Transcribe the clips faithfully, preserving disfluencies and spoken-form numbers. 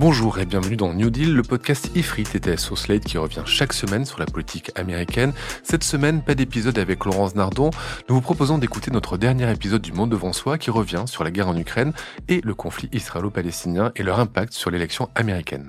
Bonjour et bienvenue dans New Deal, le podcast IFRI T T S au Slate qui revient chaque semaine sur la politique américaine. Cette semaine, pas d'épisode avec Laurence Nardon. Nous vous proposons d'écouter notre dernier épisode du Monde devant soi qui revient sur la guerre en Ukraine et le conflit israélo-palestinien et leur impact sur l'élection américaine.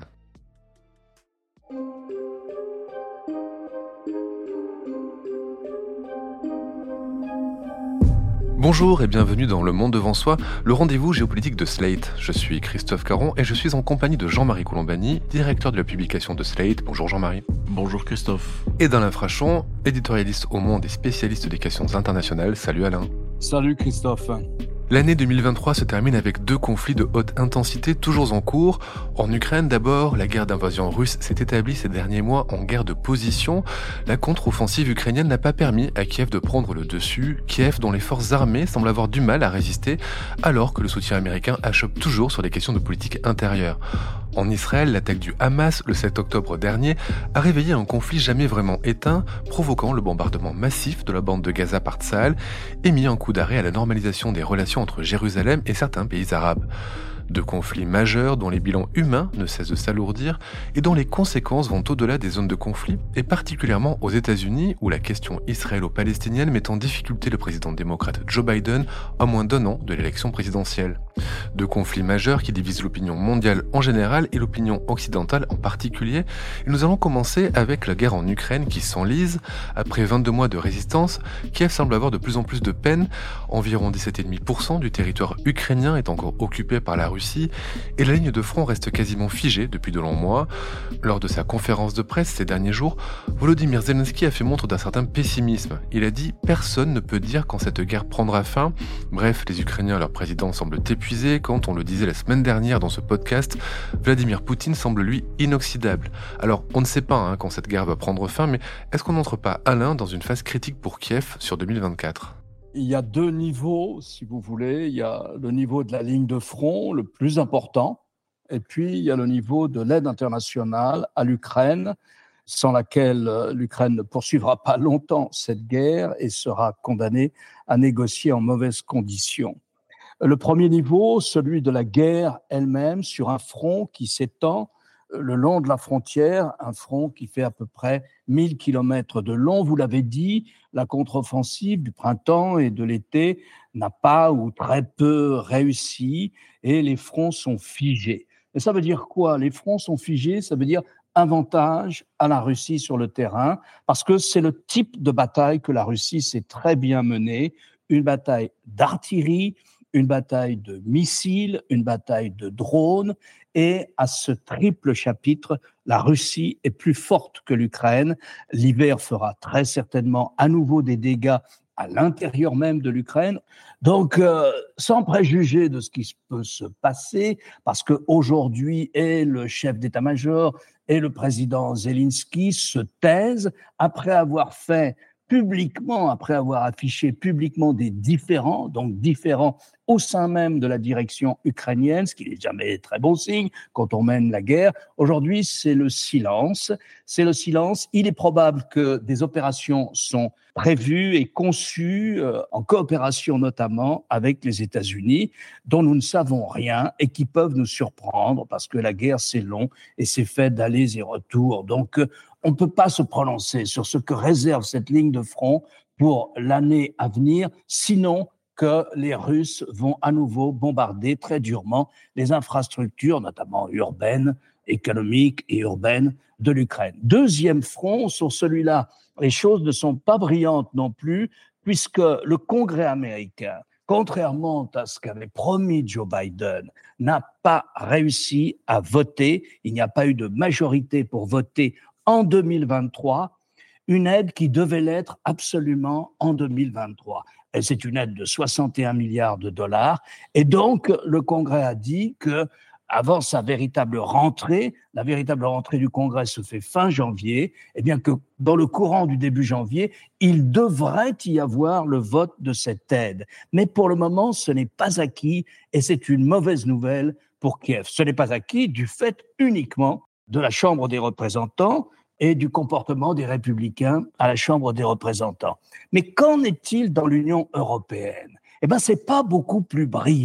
Bonjour et bienvenue dans Le Monde devant soi, le rendez-vous géopolitique de Slate. Je suis Christophe Caron et je suis en compagnie de Jean-Marie Colombani, directeur de la publication de Slate. Bonjour Jean-Marie. Bonjour Christophe. Et d'Alain Frachon, éditorialiste au Monde et spécialiste des questions internationales. Salut Alain. Salut Christophe. L'année deux mille vingt-trois se termine avec deux conflits de haute intensité toujours en cours. En Ukraine d'abord, la guerre d'invasion russe s'est établie ces derniers mois en guerre de position. La contre-offensive ukrainienne n'a pas permis à Kiev de prendre le dessus. Kiev dont les forces armées semblent avoir du mal à résister alors que le soutien américain achoppe toujours sur les questions de politique intérieure. En Israël, l'attaque du Hamas le sept octobre dernier a réveillé un conflit jamais vraiment éteint, provoquant le bombardement massif de la bande de Gaza par Tsahal et mis un coup d'arrêt à la normalisation des relations entre Jérusalem et certains pays arabes. Deux conflits majeurs dont les bilans humains ne cessent de s'alourdir et dont les conséquences vont au-delà des zones de conflit, et particulièrement aux États-Unis où la question israélo-palestinienne met en difficulté le président démocrate Joe Biden à moins d'un an de l'élection présidentielle. Deux conflits majeurs qui divisent l'opinion mondiale en général et l'opinion occidentale en particulier. Et nous allons commencer avec la guerre en Ukraine qui s'enlise. Après vingt-deux mois de résistance, Kiev semble avoir de plus en plus de peine. Environ dix-sept virgule cinq pour cent du territoire ukrainien est encore occupé par la Russie et la ligne de front reste quasiment figée depuis de longs mois. Lors de sa conférence de presse ces derniers jours, Volodymyr Zelensky a fait montre d'un certain pessimisme. Il a dit « Personne ne peut dire quand cette guerre prendra fin ». Bref, les Ukrainiens et leur président semblent épuisés. Quand on le disait la semaine dernière dans ce podcast, Vladimir Poutine semble lui inoxydable. Alors, on ne sait pas hein, quand cette guerre va prendre fin, mais est-ce qu'on n'entre pas, Alain, dans une phase critique pour Kiev sur deux mille vingt-quatre ? Il y a deux niveaux, si vous voulez. Il y a le niveau de la ligne de front, le plus important, et puis il y a le niveau de l'aide internationale à l'Ukraine, sans laquelle l'Ukraine ne poursuivra pas longtemps cette guerre et sera condamnée à négocier en mauvaises conditions. Le premier niveau, celui de la guerre elle-même, sur un front qui s'étend le long de la frontière, un front qui fait à peu près mille kilomètres de long. Vous l'avez dit, la contre-offensive du printemps et de l'été n'a pas ou très peu réussi et les fronts sont figés. Et ça veut dire quoi ? Les fronts sont figés, ça veut dire avantage à la Russie sur le terrain, parce que c'est le type de bataille que la Russie sait très bien mener, une bataille d'artillerie, une bataille de missiles, une bataille de drones, et à ce triple chapitre, la Russie est plus forte que l'Ukraine. L'hiver fera très certainement à nouveau des dégâts à l'intérieur même de l'Ukraine. Donc, euh, sans préjuger de ce qui peut se passer, parce qu'aujourd'hui, et le chef d'état-major et le président Zelensky se taisent après avoir fait publiquement, après avoir affiché publiquement des différends, donc différents au sein même de la direction ukrainienne, ce qui n'est jamais très bon signe quand on mène la guerre. Aujourd'hui, c'est le silence. C'est le silence. Il est probable que des opérations sont prévues et conçues, euh, en coopération notamment avec les États-Unis, dont nous ne savons rien et qui peuvent nous surprendre parce que la guerre, c'est long et c'est fait d'allers et retours. Donc, euh, on ne peut pas se prononcer sur ce que réserve cette ligne de front pour l'année à venir, sinon que les Russes vont à nouveau bombarder très durement les infrastructures, notamment urbaines, économiques et urbaines de l'Ukraine. Deuxième front, sur celui-là, les choses ne sont pas brillantes non plus, puisque le Congrès américain, contrairement à ce qu'avait promis Joe Biden, n'a pas réussi à voter. Il n'y a pas eu de majorité pour voter en deux mille vingt-trois, une aide qui devait l'être absolument en deux mille vingt-trois. Et c'est une aide de soixante et un milliards de dollars. Et donc, le Congrès a dit que avant sa véritable rentrée, la véritable rentrée du Congrès se fait fin janvier, et bien que dans le courant du début janvier, il devrait y avoir le vote de cette aide. Mais pour le moment, ce n'est pas acquis et c'est une mauvaise nouvelle pour Kiev. Ce n'est pas acquis du fait uniquement de la Chambre des représentants et du comportement des républicains à la Chambre des représentants. Mais qu'en est-il dans l'Union européenne ? Eh bien, ce n'est pas beaucoup plus brillant.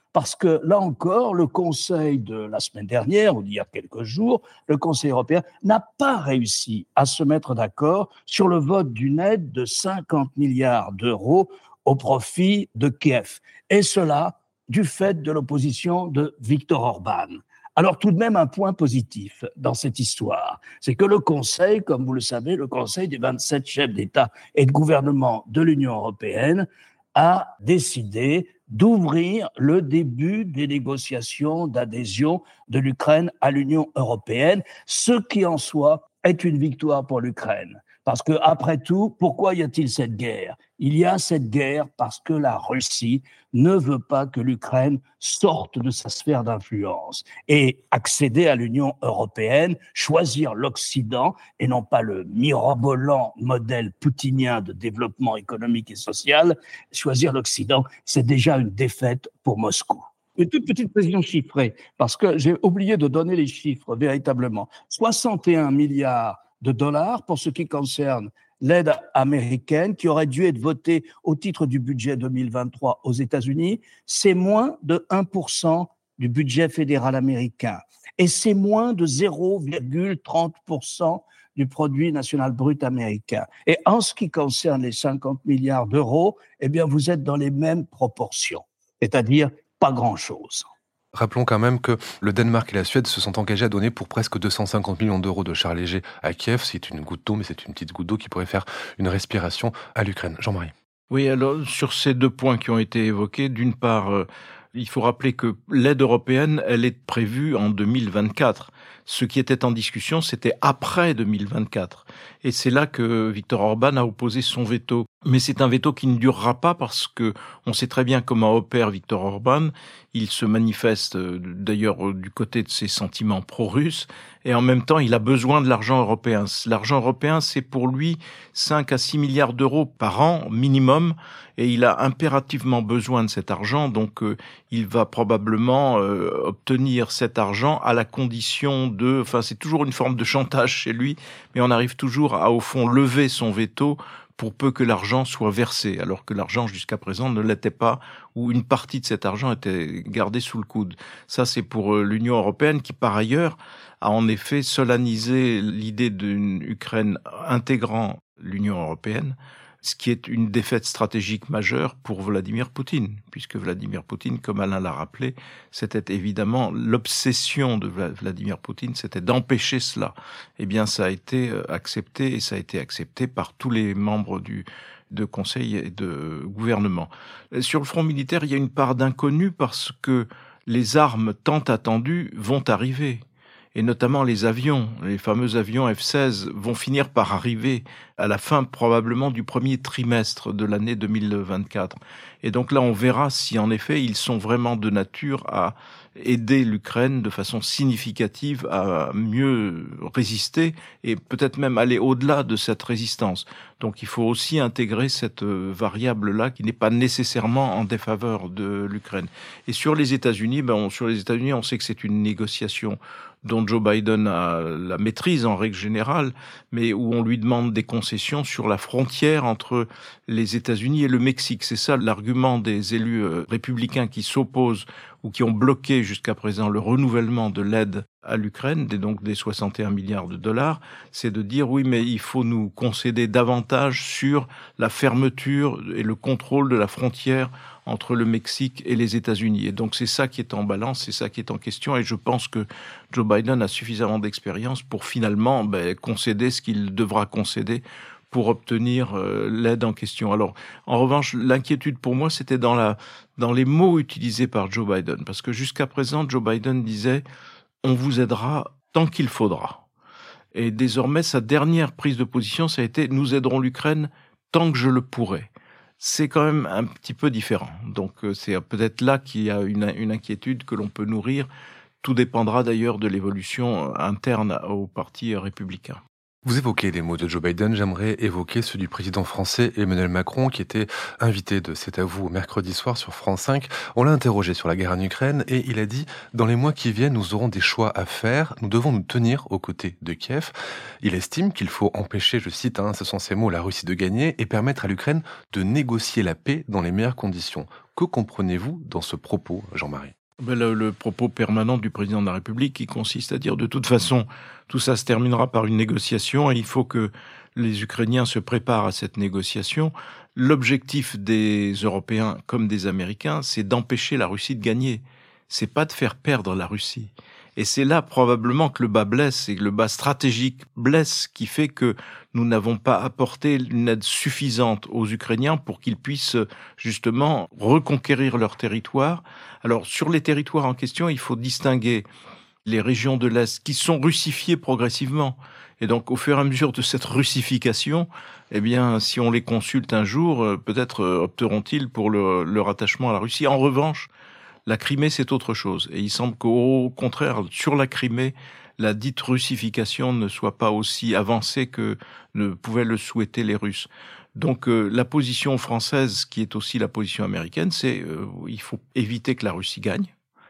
Parce que, là encore, le Conseil de la semaine dernière, ou d'il y a quelques jours, le Conseil européen n'a pas réussi à se mettre d'accord sur le vote d'une aide de cinquante milliards d'euros au profit de Kiev. Et cela du fait de l'opposition de Viktor Orban. Alors tout de même un point positif dans cette histoire, c'est que le Conseil, comme vous le savez, le Conseil des vingt-sept chefs d'État et de gouvernement de l'Union européenne a décidé d'ouvrir le début des négociations d'adhésion de l'Ukraine à l'Union européenne, ce qui en soi est une victoire pour l'Ukraine. Parce que, après tout, pourquoi y a-t-il cette guerre ? Il y a cette guerre parce que la Russie ne veut pas que l'Ukraine sorte de sa sphère d'influence et accéder à l'Union européenne, choisir l'Occident et non pas le mirobolant modèle poutinien de développement économique et social. Choisir l'Occident, c'est déjà une défaite pour Moscou. Une toute petite précision chiffrée, parce que j'ai oublié de donner les chiffres véritablement. soixante et un milliards de dollars pour ce qui concerne l'aide américaine qui aurait dû être votée au titre du budget deux mille vingt-trois aux États-Unis, c'est moins de un pour cent du budget fédéral américain et c'est moins de zéro virgule trente pour cent du produit national brut américain. Et en ce qui concerne les cinquante milliards d'euros, eh bien vous êtes dans les mêmes proportions, c'est-à-dire pas grand-chose. Rappelons quand même que le Danemark et la Suède se sont engagés à donner pour presque deux cent cinquante millions d'euros de chars légers à Kiev. C'est une goutte d'eau, mais c'est une petite goutte d'eau qui pourrait faire une respiration à l'Ukraine. Jean-Marie. Oui, alors sur ces deux points qui ont été évoqués, d'une part, euh, il faut rappeler que l'aide européenne, elle est prévue en deux mille vingt-quatre. Ce qui était en discussion, c'était après deux mille vingt-quatre. Et c'est là que Viktor Orban a opposé son veto. Mais c'est un veto qui ne durera pas parce que on sait très bien comment opère Viktor Orban. Il se manifeste d'ailleurs du côté de ses sentiments pro-russes et en même temps, il a besoin de l'argent européen. L'argent européen, c'est pour lui cinq à six milliards d'euros par an minimum et il a impérativement besoin de cet argent. Donc, euh, il va probablement euh, obtenir cet argent à la condition de... Enfin, c'est toujours une forme de chantage chez lui, mais on arrive toujours à, au fond, lever son veto pour peu que l'argent soit versé, alors que l'argent jusqu'à présent ne l'était pas, ou une partie de cet argent était gardée sous le coude. Ça, c'est pour l'Union européenne qui, par ailleurs, a en effet solennisé l'idée d'une Ukraine intégrant l'Union européenne, ce qui est une défaite stratégique majeure pour Vladimir Poutine, puisque Vladimir Poutine, comme Alain l'a rappelé, c'était évidemment l'obsession de Vladimir Poutine, c'était d'empêcher cela. Eh bien, ça a été accepté, et ça a été accepté par tous les membres du de conseil et de gouvernement. Sur le front militaire, il y a une part d'inconnu parce que les armes tant attendues vont arriver. Et notamment les avions, les fameux avions F seize vont finir par arriver à la fin probablement du premier trimestre de l'année deux mille vingt-quatre. Et donc là, on verra si en effet ils sont vraiment de nature à aider l'Ukraine de façon significative à mieux résister et peut-être même aller au-delà de cette résistance. Donc il faut aussi intégrer cette variable-là qui n'est pas nécessairement en défaveur de l'Ukraine. Et sur les États-Unis, ben on, sur les États-Unis, on sait que c'est une négociation dont Joe Biden a la maîtrise en règle générale, mais où on lui demande des concessions sur la frontière entre les États-Unis et le Mexique. C'est ça l'argument des élus républicains qui s'opposent ou qui ont bloqué jusqu'à présent le renouvellement de l'aide à l'Ukraine, des, donc des soixante et un milliards de dollars, c'est de dire oui, mais il faut nous concéder davantage sur la fermeture et le contrôle de la frontière entre le Mexique et les États-Unis. Et donc c'est ça qui est en balance, c'est ça qui est en question, et je pense que Joe Biden a suffisamment d'expérience pour finalement ben, concéder ce qu'il devra concéder pour obtenir euh, l'aide en question. Alors, en revanche, l'inquiétude pour moi, c'était dans la dans les mots utilisés par Joe Biden, parce que jusqu'à présent, Joe Biden disait « on vous aidera tant qu'il faudra ». Et désormais, sa dernière prise de position, ça a été « nous aiderons l'Ukraine tant que je le pourrai ». C'est quand même un petit peu différent. Donc, c'est peut-être là qu'il y a une, une inquiétude que l'on peut nourrir. Tout dépendra d'ailleurs de l'évolution interne au parti républicain. Vous évoquez les mots de Joe Biden, j'aimerais évoquer ceux du président français Emmanuel Macron qui était invité de C'est à vous mercredi soir sur France cinq. On l'a interrogé sur la guerre en Ukraine et il a dit « Dans les mois qui viennent, nous aurons des choix à faire, nous devons nous tenir aux côtés de Kiev ». Il estime qu'il faut empêcher, je cite, hein, ce sont ses mots, la Russie de gagner et permettre à l'Ukraine de négocier la paix dans les meilleures conditions. Que comprenez-vous dans ce propos, Jean-Marie ? Ben le, le propos permanent du président de la République qui consiste à dire de toute façon, tout ça se terminera par une négociation et il faut que les Ukrainiens se préparent à cette négociation. L'objectif des Européens comme des Américains, c'est d'empêcher la Russie de gagner. C'est pas de faire perdre la Russie. Et c'est là probablement que le bas blesse et que le bas stratégique blesse, qui fait que nous n'avons pas apporté une aide suffisante aux Ukrainiens pour qu'ils puissent justement reconquérir leur territoire. Alors sur les territoires en question, il faut distinguer les régions de l'Est qui sont russifiées progressivement. Et donc au fur et à mesure de cette russification, eh bien si on les consulte un jour, peut-être opteront-ils pour le, leur attachement à la Russie. En revanche, la Crimée, c'est autre chose. Et il semble qu'au contraire, sur la Crimée, la dite russification ne soit pas aussi avancée que ne pouvaient le souhaiter les Russes. Donc euh, la position française, qui est aussi la position américaine, c'est euh, il faut éviter que la Russie gagne.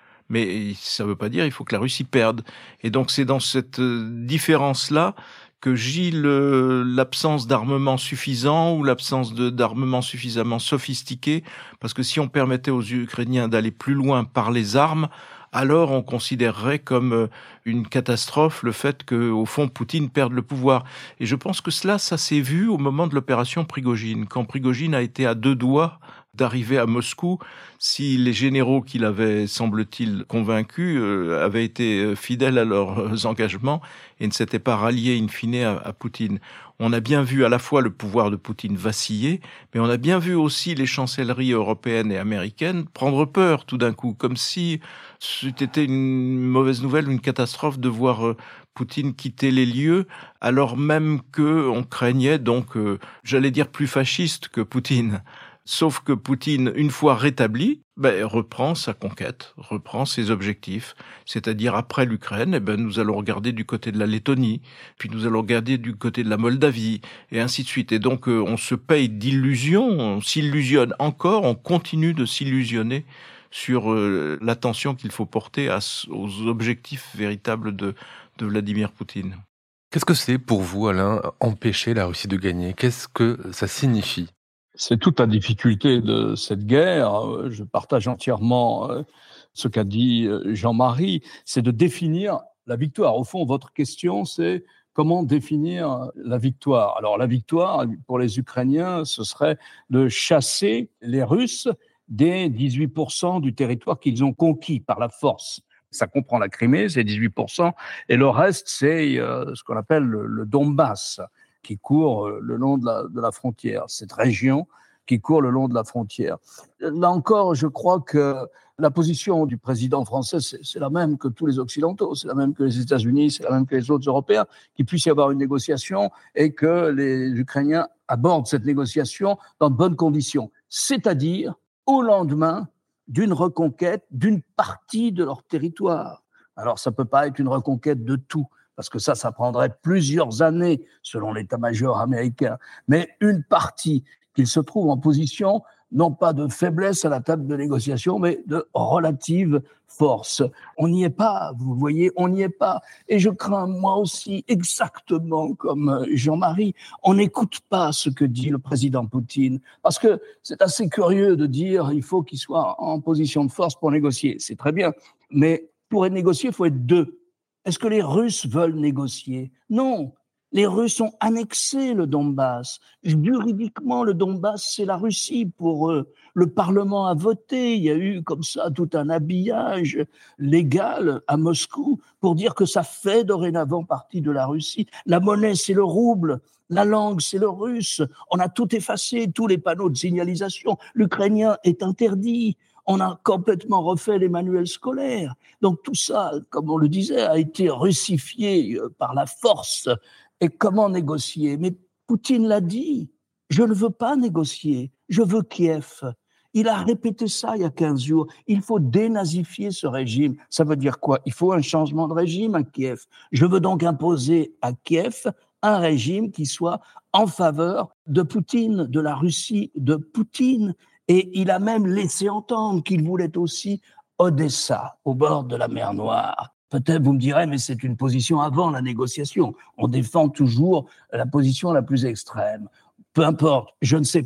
Mais ça ne veut pas dire il faut que la Russie perde. Et donc c'est dans cette euh, différence-là que gît le, l'absence d'armement suffisant ou l'absence de, d'armement suffisamment sophistiqué, parce que si on permettait aux Ukrainiens d'aller plus loin par les armes, alors on considérerait comme une catastrophe le fait que, au fond, Poutine perde le pouvoir. Et je pense que cela, ça s'est vu au moment de l'opération Prigojine, quand Prigojine a été à deux doigts d'arriver à Moscou, si les généraux qu'il avait, semble-t-il, convaincus, euh, avaient été fidèles à leurs engagements et ne s'étaient pas ralliés in fine à, à Poutine. On a bien vu à la fois le pouvoir de Poutine vaciller, mais on a bien vu aussi les chancelleries européennes et américaines prendre peur tout d'un coup, comme si c'était une mauvaise nouvelle, une catastrophe de voir euh, Poutine quitter les lieux, alors même qu'on craignait donc, euh, j'allais dire plus fasciste que Poutine. Sauf que Poutine, une fois rétabli, ben, reprend sa conquête, reprend ses objectifs. C'est-à-dire, après l'Ukraine, eh ben, nous allons regarder du côté de la Lettonie, puis nous allons regarder du côté de la Moldavie, et ainsi de suite. Et donc, euh, on se paye d'illusions, on s'illusionne encore, on continue de s'illusionner sur euh, l'attention qu'il faut porter à, aux objectifs véritables de, de Vladimir Poutine. Qu'est-ce que c'est pour vous, Alain, empêcher la Russie de gagner ? Qu'est-ce que ça signifie ? C'est toute la difficulté de cette guerre. Je partage entièrement ce qu'a dit Jean-Marie. C'est de définir la victoire. Au fond, votre question, c'est comment définir la victoire. Alors, la victoire, pour les Ukrainiens, ce serait de chasser les Russes des dix-huit pour cent du territoire qu'ils ont conquis par la force. Ça comprend la Crimée, c'est dix-huit pour cent, et le reste, c'est euh, ce qu'on appelle le, le Donbass, qui court le long de la, de la frontière, cette région qui court le long de la frontière. Là encore, je crois que la position du président français, c'est, c'est la même que tous les Occidentaux, c'est la même que les États-Unis, c'est la même que les autres Européens, qu'il puisse y avoir une négociation et que les Ukrainiens abordent cette négociation dans de bonnes conditions, c'est-à-dire au lendemain d'une reconquête d'une partie de leur territoire. Alors, ça ne peut pas être une reconquête de tout, parce que ça, ça prendrait plusieurs années, selon l'état-major américain. Mais une partie, qu'ils se trouvent en position, non pas de faiblesse à la table de négociation, mais de relative force. On n'y est pas, vous voyez, on n'y est pas. Et je crains, moi aussi, exactement comme Jean-Marie, on n'écoute pas ce que dit le président Poutine. Parce que c'est assez curieux de dire il faut qu'il soit en position de force pour négocier. C'est très bien. Mais pour être négocié, il faut être deux. Est-ce que les Russes veulent négocier ? Non. Les Russes ont annexé le Donbass. Juridiquement, le Donbass, c'est la Russie pour eux. Le Parlement a voté. Il y a eu comme ça tout un habillage légal à Moscou pour dire que ça fait dorénavant partie de la Russie. La monnaie, c'est le rouble. La langue, c'est le russe. On a tout effacé, tous les panneaux de signalisation. L'ukrainien est interdit. On a complètement refait les manuels scolaires. Donc tout ça, comme on le disait, a été russifié par la force. Et comment négocier ? Mais Poutine l'a dit, je ne veux pas négocier, je veux Kiev. Il a répété ça il y a quinze jours. Il faut dénazifier ce régime. Ça veut dire quoi ? Il faut un changement de régime à Kiev. Je veux donc imposer à Kiev un régime qui soit en faveur de Poutine, de la Russie de Poutine. Et il a même laissé entendre qu'il voulait aussi Odessa, au bord de la mer Noire. Peut-être vous me direz, mais c'est une position avant la négociation. On défend toujours la position la plus extrême. Peu importe, je ne sais pas.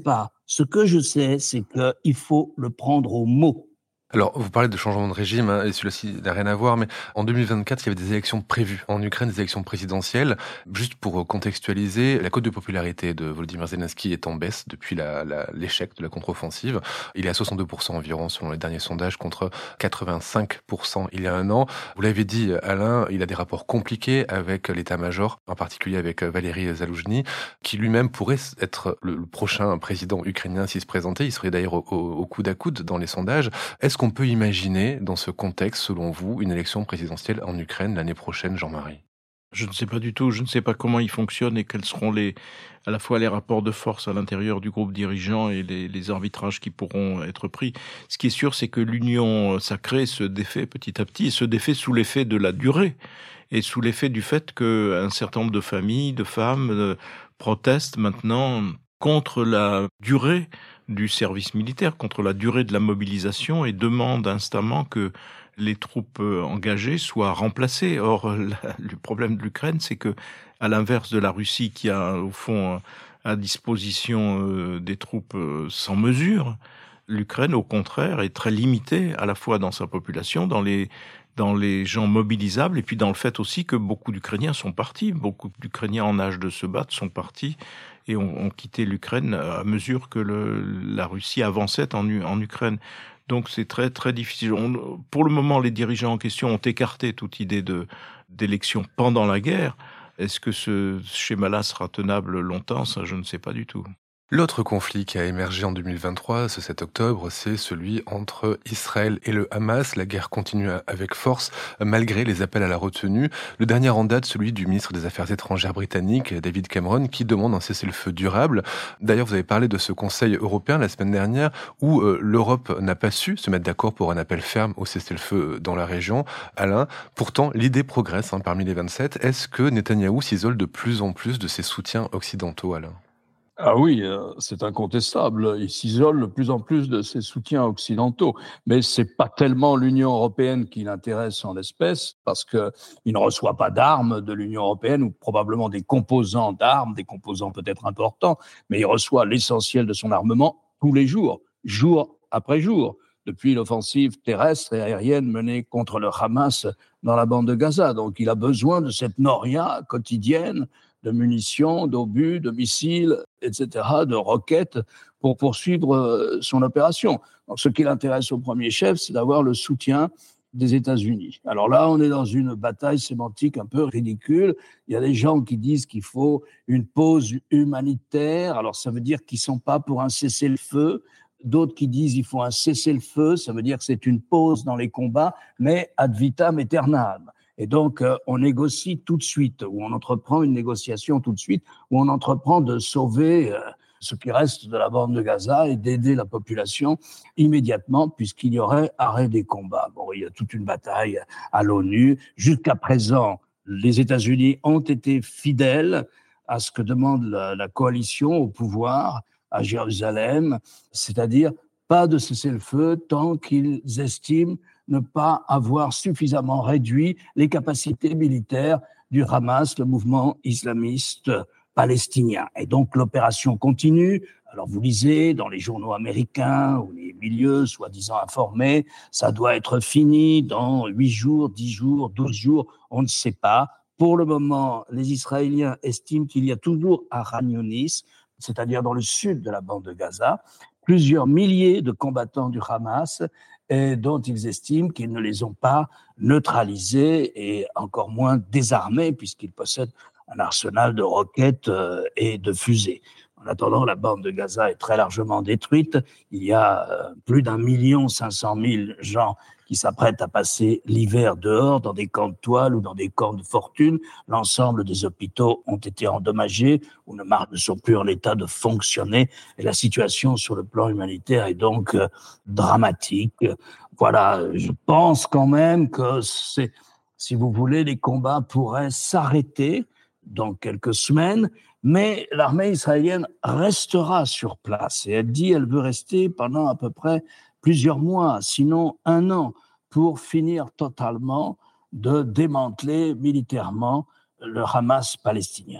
Ce que je sais, c'est qu'il faut le prendre au mot. Alors, vous parlez de changement de régime, hein, et celui-ci n'a rien à voir, mais en deux mille vingt-quatre, il y avait des élections prévues en Ukraine, des élections présidentielles. Juste pour euh, contextualiser, la cote de popularité de Volodymyr Zelensky est en baisse depuis la- la- l'échec de la contre-offensive. Il est à soixante-deux pour cent environ selon les derniers sondages, contre quatre-vingt-cinq pour cent il y a un an. Vous l'avez dit, Alain, il a des rapports compliqués avec l'état-major, en particulier avec euh, Valéry Zaloujny, qui lui-même pourrait être le, le prochain président ukrainien s'il se présentait. Il serait d'ailleurs au, au- au coude à coude dans les sondages. Est-ce qu'on peut imaginer, dans ce contexte, selon vous, une élection présidentielle en Ukraine l'année prochaine, Jean-Marie? Je ne sais pas du tout, je ne sais pas comment il fonctionne et quels seront les, à la fois les rapports de force à l'intérieur du groupe dirigeant et les, les arbitrages qui pourront être pris. Ce qui est sûr, c'est que l'union sacrée se défait petit à petit et se défait sous l'effet de la durée et sous l'effet du fait qu'un certain nombre de familles, de femmes, euh, protestent maintenant contre la durée du service militaire, contre la durée de la mobilisation et demandent instamment que les troupes euh, engagées soient remplacées. Or, la- le problème de l'Ukraine, c'est que, à l'inverse de la Russie qui a, au fond, à disposition euh, des troupes euh, sans mesure, l'Ukraine, au contraire, est très limitée, à la fois dans sa population, dans les dans les gens mobilisables, et puis dans le fait aussi que beaucoup d'Ukrainiens sont partis, beaucoup d'Ukrainiens en âge de se battre sont partis et ont, ont quitté l'Ukraine à mesure que le, la Russie avançait en, U- en Ukraine. Donc c'est très très difficile. On- pour le moment, les dirigeants en question ont écarté toute idée de d'élection pendant la guerre. Est-ce que ce schéma-là sera tenable longtemps? Ça, je ne sais pas du tout. L'autre conflit qui a émergé en deux mille vingt-trois, ce sept octobre, c'est celui entre Israël et le Hamas. La guerre continue avec force, malgré les appels à la retenue. Le dernier en date, celui du ministre des Affaires étrangères britannique, David Cameron, qui demande un cessez-le-feu durable. D'ailleurs, vous avez parlé de ce Conseil européen la semaine dernière, où euh, l'Europe n'a pas su se mettre d'accord pour un appel ferme au cessez-le-feu dans la région. Alain, pourtant, l'idée progresse hein, parmi les vingt-sept. Est-ce que Netanyahou s'isole de plus en plus de ses soutiens occidentaux, Alain? Ah oui, euh, c'est incontestable. Il s'isole de plus en plus de ses soutiens occidentaux. Mais c'est pas tellement l'Union européenne qui l'intéresse en l'espèce, parce qu'il ne reçoit pas d'armes de l'Union européenne, ou probablement des composants d'armes, des composants peut-être importants, mais il reçoit l'essentiel de son armement tous les jours, jour après jour, depuis l'offensive terrestre et aérienne menée contre le Hamas dans la bande de Gaza. Donc il a besoin de cette noria quotidienne de munitions, d'obus, de missiles, et cetera, de roquettes pour poursuivre euh, son opération. Donc, ce qui l'intéresse au premier chef, c'est d'avoir le soutien des États-Unis. Alors là, on est dans une bataille sémantique un peu ridicule. Il y a des gens qui disent qu'il faut une pause humanitaire. Alors, ça veut dire qu'ils ne sont pas pour un cessez-le-feu. D'autres qui disent qu'il faut un cessez-le-feu. Ça veut dire que c'est une pause dans les combats, mais ad vitam aeternam. Et donc, euh, on négocie tout de suite, ou on entreprend une négociation tout de suite, ou on entreprend de sauver euh, ce qui reste de la bande de Gaza et d'aider la population immédiatement, puisqu'il y aurait arrêt des combats. Bon, il y a toute une bataille à l'ONU. Jusqu'à présent, les États-Unis ont été fidèles à ce que demande la, la coalition au pouvoir à Jérusalem, c'est-à-dire pas de cessez-le-feu tant qu'ils estiment ne pas avoir suffisamment réduit les capacités militaires du Hamas, le mouvement islamiste palestinien. Et donc l'opération continue. Alors vous lisez dans les journaux américains ou les milieux soi-disant informés, ça doit être fini dans huit jours, dix jours, douze jours, on ne sait pas. Pour le moment, les Israéliens estiment qu'il y a toujours à Khan Younis, c'est-à-dire dans le sud de la bande de Gaza, plusieurs milliers de combattants du Hamas et dont ils estiment qu'ils ne les ont pas neutralisés et encore moins désarmés puisqu'ils possèdent un arsenal de roquettes et de fusées. En attendant, la bande de Gaza est très largement détruite. Il y a plus d'un million cinq cent mille gens qui s'apprêtent à passer l'hiver dehors dans des camps de toile ou dans des camps de fortune. L'ensemble des hôpitaux ont été endommagés ou ne sont plus en état de fonctionner. Et la situation sur le plan humanitaire est donc euh, dramatique. Voilà, je pense quand même que c'est, si vous voulez, les combats pourraient s'arrêter dans quelques semaines, mais l'armée israélienne restera sur place et elle dit qu'elle veut rester pendant à peu près plusieurs mois, sinon un an, pour finir totalement de démanteler militairement le Hamas palestinien.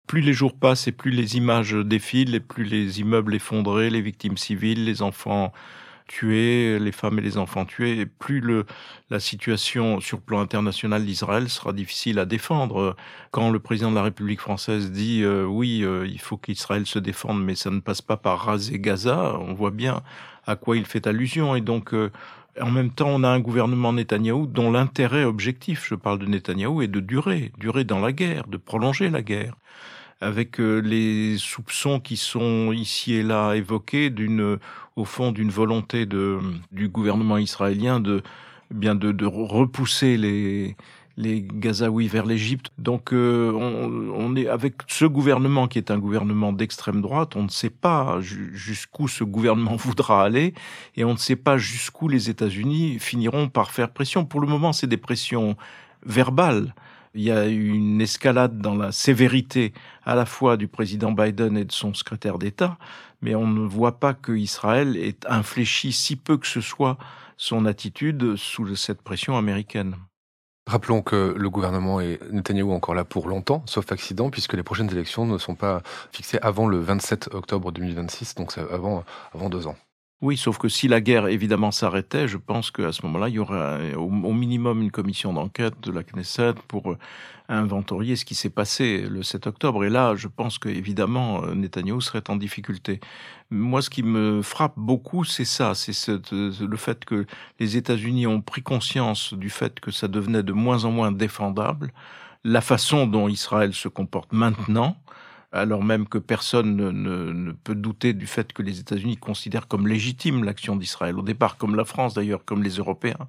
Plus les jours passent et plus les images défilent, et plus les immeubles effondrés, les victimes civiles, les enfants tués, les femmes et les enfants tués, et plus le, la situation sur le plan international d'Israël sera difficile à défendre. Quand le président de la République française dit euh, oui, euh, il faut qu'Israël se défende, mais ça ne passe pas par raser Gaza, on voit bien à quoi il fait allusion. Et donc, euh, en même temps, on a un gouvernement Netanyahou dont l'intérêt objectif, je parle de Netanyahou, est de durer, durer dans la guerre, de prolonger la guerre, avec euh, les soupçons qui sont ici et là évoqués d'une, au fond, d'une volonté de, du gouvernement israélien de, eh bien de, de repousser les, les Gazaouis vers l'Égypte. Donc, euh, on, on est avec ce gouvernement qui est un gouvernement d'extrême droite. On ne sait pas jusqu'où ce gouvernement voudra aller, et on ne sait pas jusqu'où les États-Unis finiront par faire pression. Pour le moment, c'est des pressions verbales. Il y a eu une escalade dans la sévérité à la fois du président Biden et de son secrétaire d'État, mais on ne voit pas qu'Israël ait infléchi si peu que ce soit son attitude sous cette pression américaine. Rappelons que le gouvernement est Netanyahou encore là pour longtemps, sauf accident, puisque les prochaines élections ne sont pas fixées avant le vingt-sept octobre deux mille vingt-six, donc c'est avant, avant deux ans. Oui, sauf que si la guerre, évidemment, s'arrêtait, je pense qu'à ce moment-là, il y aurait au, au minimum une commission d'enquête de la Knesset pour inventorier ce qui s'est passé le sept octobre. Et là, je pense qu'évidemment, Netanyahou serait en difficulté. Moi, ce qui me frappe beaucoup, c'est ça, c'est cette, le fait que les États-Unis ont pris conscience du fait que ça devenait de moins en moins défendable, la façon dont Israël se comporte maintenant, alors même que personne ne, ne, ne peut douter du fait que les États-Unis considèrent comme légitime l'action d'Israël, au départ comme la France d'ailleurs, comme les Européens.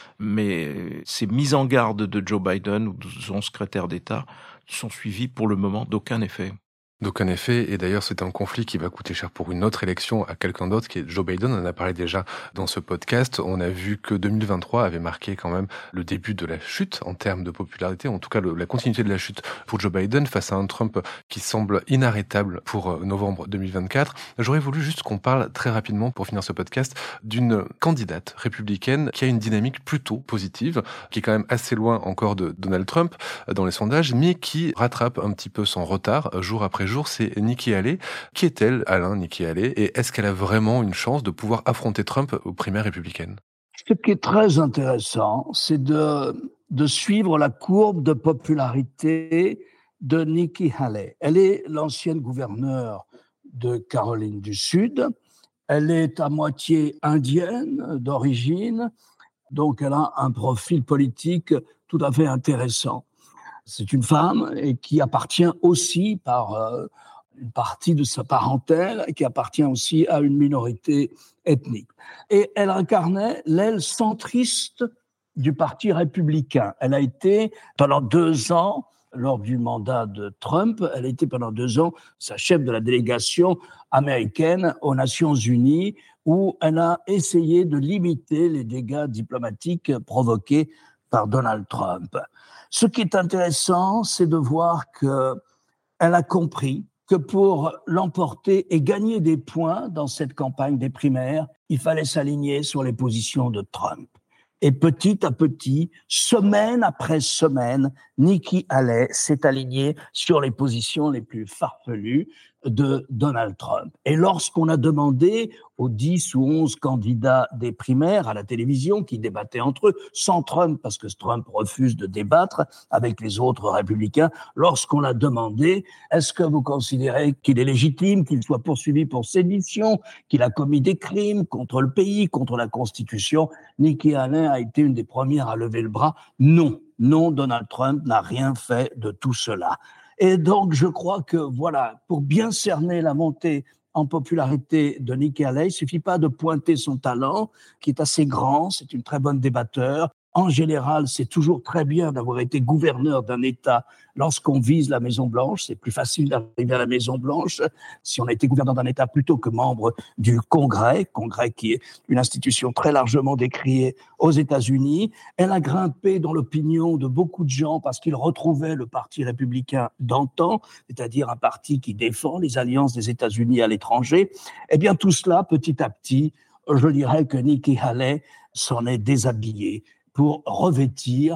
Mais ces mises en garde de Joe Biden ou de son secrétaire d'État sont suivies pour le moment d'aucun effet. D'aucun effet, et d'ailleurs c'est un conflit qui va coûter cher pour une autre élection à quelqu'un d'autre, qui est Joe Biden. On en a parlé déjà dans ce podcast. On a vu que deux mille vingt-trois avait marqué quand même le début de la chute en termes de popularité, en tout cas le, la continuité de la chute pour Joe Biden face à un Trump qui semble inarrêtable pour novembre deux mille vingt-quatre. J'aurais voulu juste qu'on parle très rapidement, pour finir ce podcast, d'une candidate républicaine qui a une dynamique plutôt positive, qui est quand même assez loin encore de Donald Trump dans les sondages, mais qui rattrape un petit peu son retard jour après jour. C'est Nikki Haley. Qui est-elle, Alain, Nikki Haley, et est-ce qu'elle a vraiment une chance de pouvoir affronter Trump aux primaires républicaines? Ce qui est très intéressant, c'est de, de suivre la courbe de popularité de Nikki Haley. Elle est l'ancienne gouverneure de Caroline du Sud. Elle est à moitié indienne d'origine, donc elle a un profil politique tout à fait intéressant. C'est une femme et qui appartient aussi par euh, une partie de sa parentèle, qui appartient aussi à une minorité ethnique. Et elle incarnait l'aile centriste du Parti républicain. Elle a été pendant deux ans, lors du mandat de Trump, elle a été pendant deux ans sa chef de la délégation américaine aux Nations Unies, où elle a essayé de limiter les dégâts diplomatiques provoqués par Donald Trump. Ce qui est intéressant, c'est de voir qu'elle a compris que pour l'emporter et gagner des points dans cette campagne des primaires, il fallait s'aligner sur les positions de Trump. Et petit à petit, semaine après semaine, Nikki Haley s'est alignée sur les positions les plus farfelues de Donald Trump. Et lorsqu'on a demandé aux dix ou onze candidats des primaires à la télévision qui débattaient entre eux, sans Trump, parce que Trump refuse de débattre avec les autres républicains, lorsqu'on a demandé « Est-ce que vous considérez qu'il est légitime, qu'il soit poursuivi pour sédition, qu'il a commis des crimes contre le pays, contre la Constitution ?» Nikki Haley a été une des premières à lever le bras. Non, non, Donald Trump n'a rien fait de tout cela. Et donc, je crois que, voilà, pour bien cerner la montée en popularité de Nikki Haley, il ne suffit pas de pointer son talent, qui est assez grand, c'est une très bonne débatteur. En général, c'est toujours très bien d'avoir été gouverneur d'un État lorsqu'on vise la Maison-Blanche. C'est plus facile d'arriver à la Maison-Blanche si on a été gouverneur d'un État plutôt que membre du Congrès, Congrès qui est une institution très largement décriée aux États-Unis. Elle a grimpé dans l'opinion de beaucoup de gens parce qu'ils retrouvaient le Parti républicain d'antan, c'est-à-dire un parti qui défend les alliances des États-Unis à l'étranger. Eh bien, tout cela, petit à petit, je dirais que Nikki Haley s'en est déshabillée pour revêtir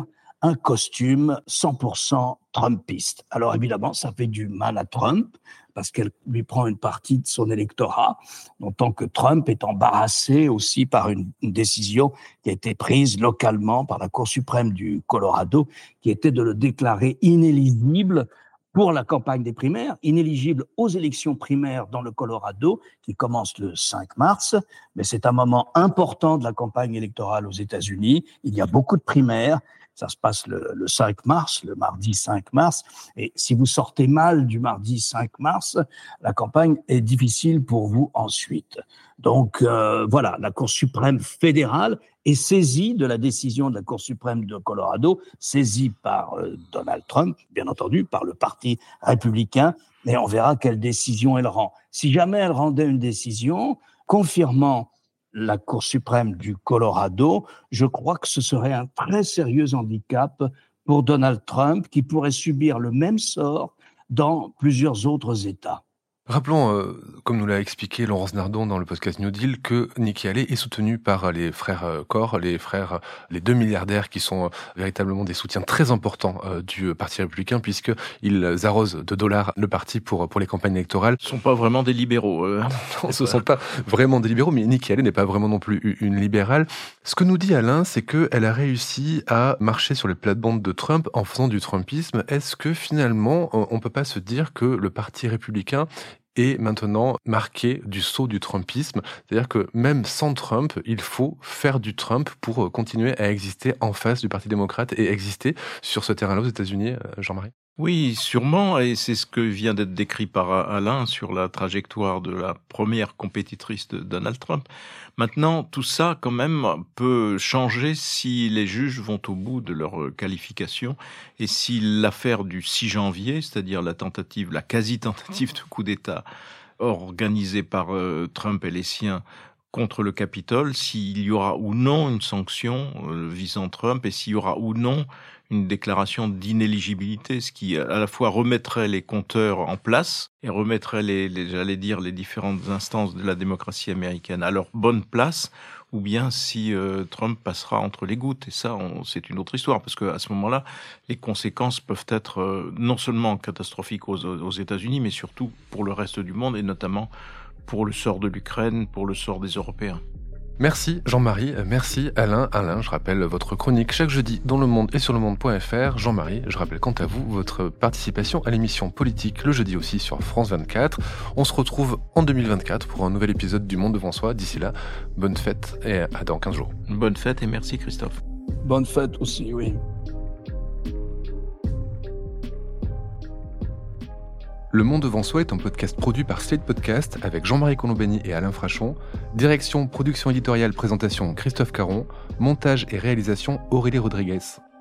un costume cent pour cent trumpiste. Alors évidemment, ça fait du mal à Trump, parce qu'elle lui prend une partie de son électorat, d'autant que Trump est embarrassé aussi par une, une décision qui a été prise localement par la Cour suprême du Colorado, qui était de le déclarer inéligible pour la campagne des primaires, inéligible aux élections primaires dans le Colorado, qui commencent le cinq mars, mais c'est un moment important de la campagne électorale aux États-Unis. Il y a beaucoup de primaires. Ça se passe le, le cinq mars, le mardi cinq mars. Et si vous sortez mal du mardi cinq mars, la campagne est difficile pour vous ensuite. Donc euh, voilà, la Cour suprême fédérale est saisie de la décision de la Cour suprême de Colorado, saisie par euh, Donald Trump, bien entendu, par le Parti républicain. Mais on verra quelle décision elle rend. Si jamais elle rendait une décision confirmant la Cour suprême du Colorado, je crois que ce serait un très sérieux handicap pour Donald Trump, qui pourrait subir le même sort dans plusieurs autres États. Rappelons, euh, comme nous l'a expliqué Laurence Nardon dans le podcast New Deal, que Nikki Haley est soutenue par les frères euh, Koch, les frères, les deux milliardaires qui sont euh, véritablement des soutiens très importants euh, du Parti républicain, puisqu'ils arrosent de dollars le parti pour, pour les campagnes électorales. Ce ne sont pas vraiment des libéraux. Euh. Non, ce ne sont pas vraiment des libéraux, mais Nikki Haley n'est pas vraiment non plus une libérale. Ce que nous dit Alain, c'est qu'elle a réussi à marcher sur les plates-bandes de Trump en faisant du Trumpisme. Est-ce que finalement, on ne peut pas se dire que le Parti républicain est maintenant marqué du sceau du Trumpisme, c'est-à-dire que même sans Trump, il faut faire du Trump pour continuer à exister en face du Parti démocrate et exister sur ce terrain-là aux États-Unis, Jean-Marie? Oui, sûrement, et c'est ce que vient d'être décrit par Alain sur la trajectoire de la première compétitrice de Donald Trump. Maintenant, tout ça, quand même, peut changer si les juges vont au bout de leur qualification et si l'affaire du six janvier, c'est-à-dire la tentative, la quasi-tentative de coup d'État organisée par euh, Trump et les siens contre le Capitole, s'il y aura ou non une sanction euh, visant Trump et s'il y aura ou non une déclaration d'inéligibilité, ce qui à la fois remettrait les compteurs en place et remettrait les, les j'allais dire, les différentes instances de la démocratie américaine à leur bonne place, ou bien si euh, Trump passera entre les gouttes. Et ça, on, c'est une autre histoire, parce qu'à ce moment-là, les conséquences peuvent être euh, non seulement catastrophiques aux, aux États-Unis, mais surtout pour le reste du monde, et notamment pour le sort de l'Ukraine, pour le sort des Européens. Merci Jean-Marie, merci Alain. Alain, je rappelle votre chronique chaque jeudi dans Le Monde et sur le monde point f r. Jean-Marie, je rappelle quant à vous votre participation à l'émission Politique le jeudi aussi sur France vingt-quatre. On se retrouve en deux mille vingt-quatre pour un nouvel épisode du Monde devant soi. D'ici là, bonne fête et à dans quinze jours. Bonne fête et merci Christophe. Bonne fête aussi, oui. Le Monde devant soi est un podcast produit par Slate Podcast avec Jean-Marie Colombani et Alain Frachon. Direction, production éditoriale, présentation Christophe Caron. Montage et réalisation Aurélie Rodriguez.